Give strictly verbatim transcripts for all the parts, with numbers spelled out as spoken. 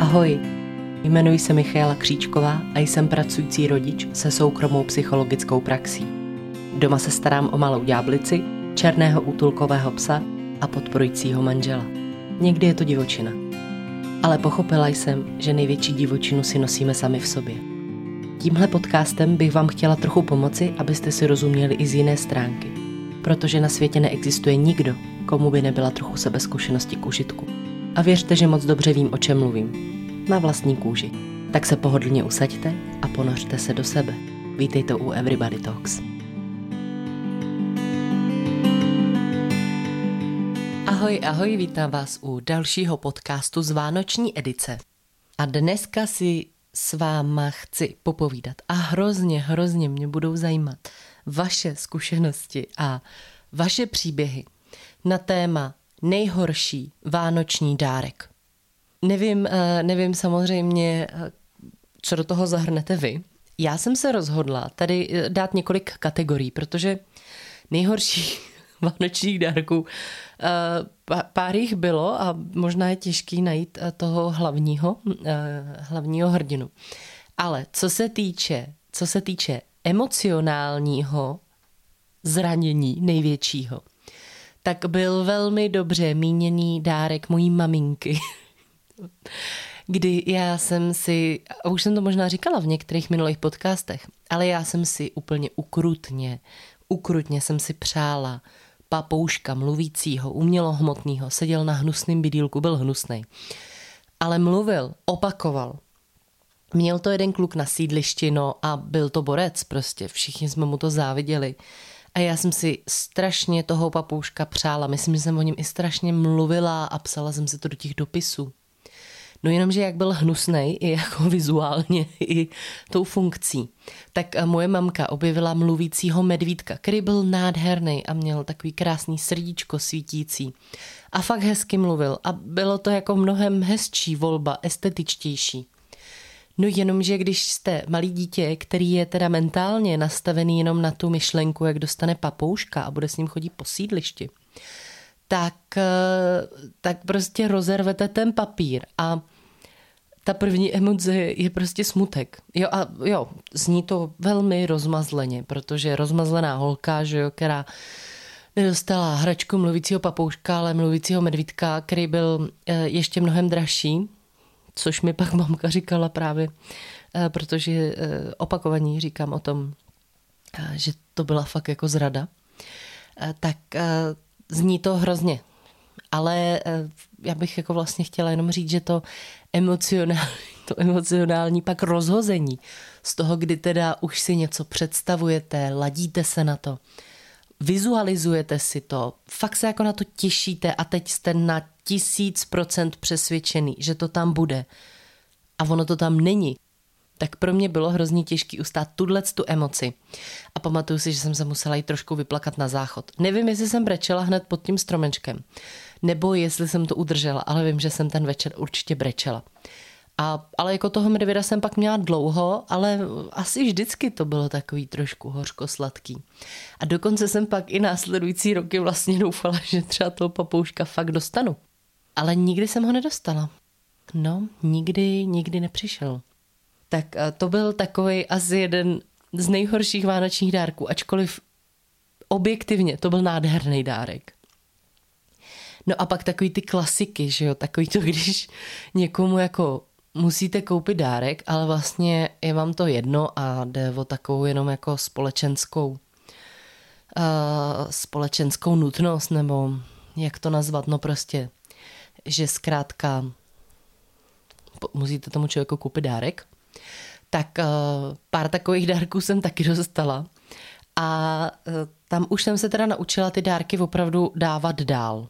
Ahoj, jmenuji se Michaela Kříčková a jsem pracující rodič se soukromou psychologickou praxí. Doma se starám o malou ďáblici, černého útulkového psa a podporujícího manžela. Někdy je to divočina. Ale pochopila jsem, že největší divočinu si nosíme sami v sobě. Tímhle podcastem bych vám chtěla trochu pomoci, abyste si rozuměli i z jiné stránky. Protože na světě neexistuje nikdo, komu by nebyla trochu sebezkušenosti k užitku. A věřte, že moc dobře vím, o čem mluvím. Na vlastní kůži. Tak se pohodlně usaďte a ponořte se do sebe. Vítejte u Everybody Talks. Ahoj, ahoj, vítám vás u dalšího podcastu z vánoční edice. A dneska si s váma chci popovídat a hrozně, hrozně mě budou zajímat vaše zkušenosti a vaše příběhy na téma nejhorší vánoční dárek. Nevím, nevím samozřejmě, co do toho zahrnete vy. Já jsem se rozhodla tady dát několik kategorií, protože nejhorší vánočních dárků pár jich bylo a možná je těžký najít toho hlavního, hlavního hrdinu. Ale co se týče, co se týče emocionálního zranění největšího, tak byl velmi dobře míněný dárek mojí maminky, kdy já jsem si, a už jsem to možná říkala v některých minulých podcastech, ale já jsem si úplně ukrutně, ukrutně jsem si přála papouška mluvícího, umělohmotného, seděl na hnusným bydýlku, byl hnusnej, ale mluvil, opakoval. Měl to jeden kluk na sídlišti, no a byl to borec prostě, všichni jsme mu to záviděli. A já jsem si strašně toho papouška přála, myslím, že jsem o něm i strašně mluvila a psala jsem si to do těch dopisů. No jenomže jak byl hnusnej, i jako vizuálně, i tou funkcí, tak moje mamka objevila mluvícího medvídka, který byl nádherný a měl takový krásný srdíčko svítící. A fakt hezky mluvil a bylo to jako mnohem hezčí volba, estetičtější. No jenomže když jste malý dítě, který je teda mentálně nastavený jenom na tu myšlenku, jak dostane papouška a bude s ním chodit po sídlišti, tak, tak prostě rozervete ten papír a ta první emoce je prostě smutek. Jo a jo, zní to velmi rozmazleně, protože rozmazlená holka, že jo, která nedostala hračku mluvícího papouška, ale mluvícího medvídka, který byl ještě mnohem dražší, což mi pak mamka říkala právě, protože opakovaně říkám o tom, že to byla fakt jako zrada, tak zní to hrozně. Ale já bych jako vlastně chtěla jenom říct, že to emocionální, to emocionální pak rozhození z toho, kdy teda už si něco představujete, ladíte se na to, vizualizujete si to, fakt se jako na to těšíte a teď jste na tisíc procent přesvědčený, že to tam bude a ono to tam není, tak pro mě bylo hrozně těžký ustát tu emoci. A pamatuju si, že jsem se musela jít trošku vyplakat na záchod. Nevím, jestli jsem brečela hned pod tím stromečkem, nebo jestli jsem to udržela, ale vím, že jsem ten večer určitě brečela. A, ale jako toho medvěda jsem pak měla dlouho, ale asi vždycky to bylo takový trošku hořko-sladký. A dokonce jsem pak i následující roky vlastně doufala, že třeba toho papouška fakt dostanu. Ale nikdy jsem ho nedostala. No, nikdy, nikdy nepřišel. Tak to byl takový asi jeden z nejhorších vánočních dárků, ačkoliv objektivně to byl nádherný dárek. No a pak takový ty klasiky, že jo, takový to, když někomu jako musíte koupit dárek, ale vlastně je vám to jedno a jde o takovou jenom jako společenskou uh, společenskou nutnost, nebo jak to nazvat, no prostě, že zkrátka musíte tomu člověku koupit dárek. Tak uh, pár takových dárků jsem taky dostala a uh, tam už jsem se teda naučila ty dárky opravdu dávat dál.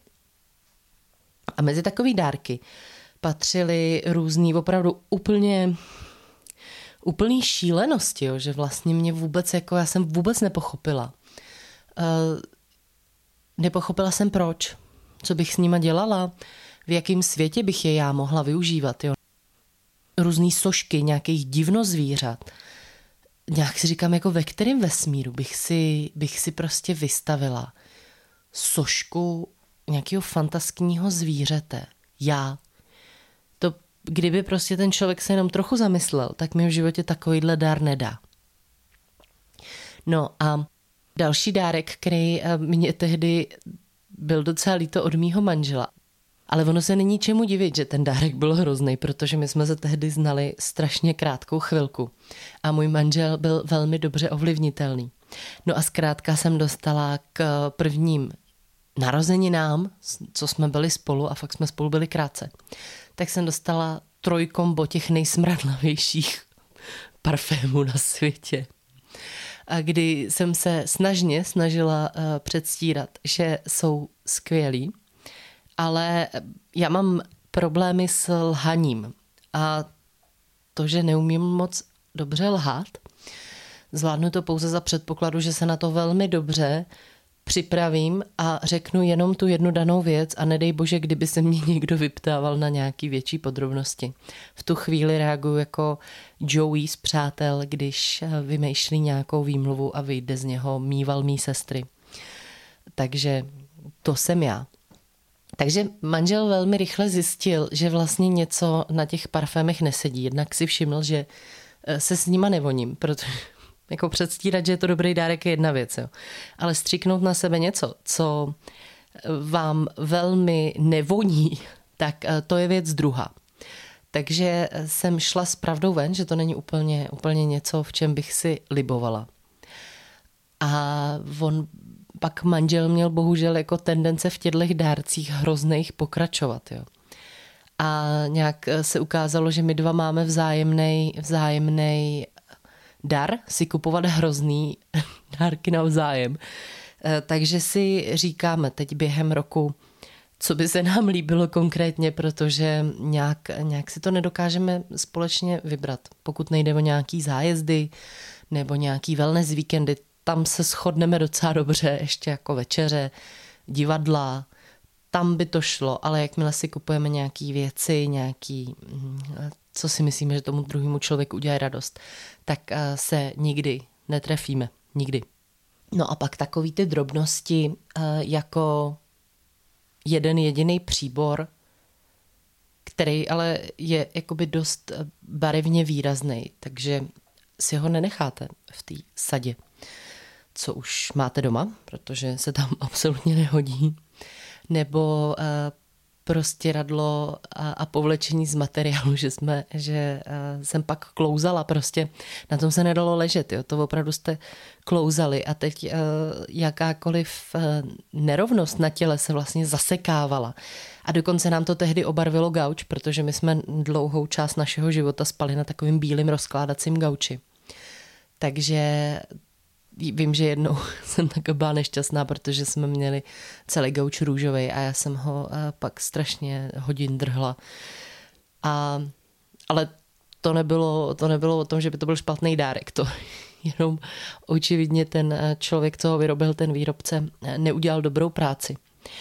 A mezi takový dárky patřily různý opravdu úplně úplný šílenosti, jo, že vlastně mě vůbec jako, já jsem vůbec nepochopila. Uh, nepochopila jsem proč, co bych s nima dělala, v jakém světě bych je já mohla využívat, jo. Různý sošky, nějakých divnozvířat. Nějak si říkám, jako ve kterém vesmíru bych si, bych si prostě vystavila sošku nějakého fantaskního zvířete. Já. To kdyby prostě ten člověk se jenom trochu zamyslel, tak mi v životě takovýhle dár nedá. No a další dárek, který mě tehdy byl docela líto od mýho manžela. Ale ono se není čemu divit, že ten dárek byl hrozný, protože my jsme se tehdy znali strašně krátkou chvilku. A můj manžel byl velmi dobře ovlivnitelný. No a zkrátka jsem dostala k prvním narozeninám, co jsme byli spolu, a fakt jsme spolu byli krátce, tak jsem dostala trojkombo těch nejsmradlavějších parfémů na světě. A kdy jsem se snažně snažila uh, předstírat, že jsou skvělí, ale já mám problémy s lhaním. A to, že neumím moc dobře lhát, zvládnu to pouze za předpokladu, že se na to velmi dobře připravím a řeknu jenom tu jednu danou věc a nedej bože, kdyby se mě někdo vyptával na nějaký větší podrobnosti. V tu chvíli reaguju jako Joey z Přátel, když vymýšlí nějakou výmluvu a vyjde z něho mýval mý sestry. Takže to jsem já. Takže manžel velmi rychle zjistil, že vlastně něco na těch parfémech nesedí. Jednak si všiml, že se s nima nevoním, protože jako předstírat, že je to dobrý dárek, je jedna věc. Jo. Ale stříknout na sebe něco, co vám velmi nevoní, tak to je věc druhá. Takže jsem šla s pravdou ven, že to není úplně, úplně něco, v čem bych si libovala. A on pak manžel měl bohužel jako tendence v těchto dárcích hrozných pokračovat. Jo. A nějak se ukázalo, že my dva máme vzájemnej, vzájemnej dar si kupovat hrozný dárky navzájem. Takže si říkáme teď během roku, co by se nám líbilo konkrétně, protože nějak, nějak si to nedokážeme společně vybrat. Pokud nejde o nějaký zájezdy nebo nějaký wellness víkendy, tam se shodneme docela dobře, ještě jako večeře, divadla, tam by to šlo, ale jakmile si kupujeme nějaký věci, nějaký, co si myslíme, že tomu druhému člověku udělá radost, tak se nikdy netrefíme. Nikdy. No a pak takový ty drobnosti, jako jeden jediný příbor, který ale je jakoby dost barevně výrazný, takže si ho nenecháte v té sadě, co už máte doma, protože se tam absolutně nehodí. Nebo uh, prostěradlo a, a povlečení z materiálu, že, jsme, že uh, jsem pak klouzala prostě. Na tom se nedalo ležet, jo. To opravdu jste klouzali a teď uh, jakákoliv uh, nerovnost na těle se vlastně zasekávala. A dokonce nám to tehdy obarvilo gauč, protože my jsme dlouhou část našeho života spali na takovým bílým rozkládacím gauči. Takže vím, že jednou jsem tak byla nešťastná, protože jsme měli celý gauč růžový a já jsem ho pak strašně hodin drhla. A, ale to nebylo, to nebylo o tom, že by to byl špatný dárek. To jenom očividně ten člověk, co ho vyrobil, ten výrobce, neudělal dobrou práci.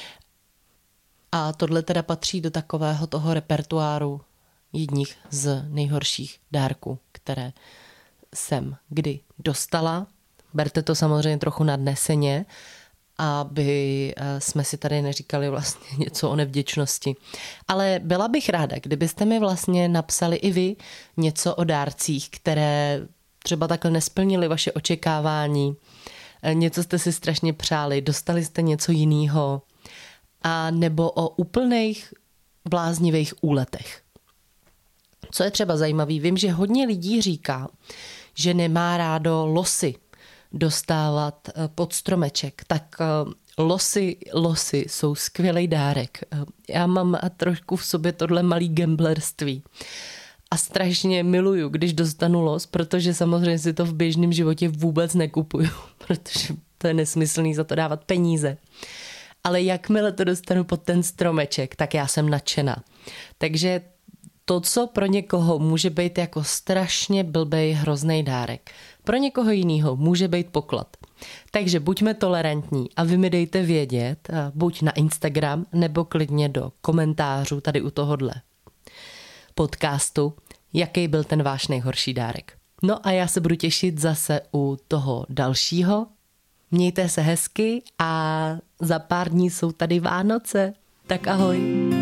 A tohle teda patří do takového toho repertoáru jedních z nejhorších dárků, které jsem kdy dostala. Berte to samozřejmě trochu nadneseně, aby jsme si tady neříkali vlastně něco o nevděčnosti. Ale byla bych ráda, kdybyste mi vlastně napsali i vy něco o dárcích, které třeba takhle nesplnili vaše očekávání, něco jste si strašně přáli, dostali jste něco jiného, a nebo o úplných bláznivých úletech. Co je třeba zajímavý, vím, že hodně lidí říká, že nemá rádo losy dostávat pod stromeček, tak losy, losy jsou skvělý dárek. Já mám trošku v sobě tohle malý gamblerství a strašně miluju, když dostanu los, protože samozřejmě si to v běžném životě vůbec nekupuju, protože to je nesmyslný za to dávat peníze. Ale jakmile to dostanu pod ten stromeček, tak já jsem nadšená. Takže to, co pro někoho může být jako strašně blbej, hrozný dárek, pro někoho jiného může být poklad. Takže buďme tolerantní a vy mi dejte vědět, buď na Instagram, nebo klidně do komentářů tady u tohodle podcastu, jaký byl ten váš nejhorší dárek. No a já se budu těšit zase u toho dalšího. Mějte se hezky a za pár dní jsou tady Vánoce. Tak ahoj.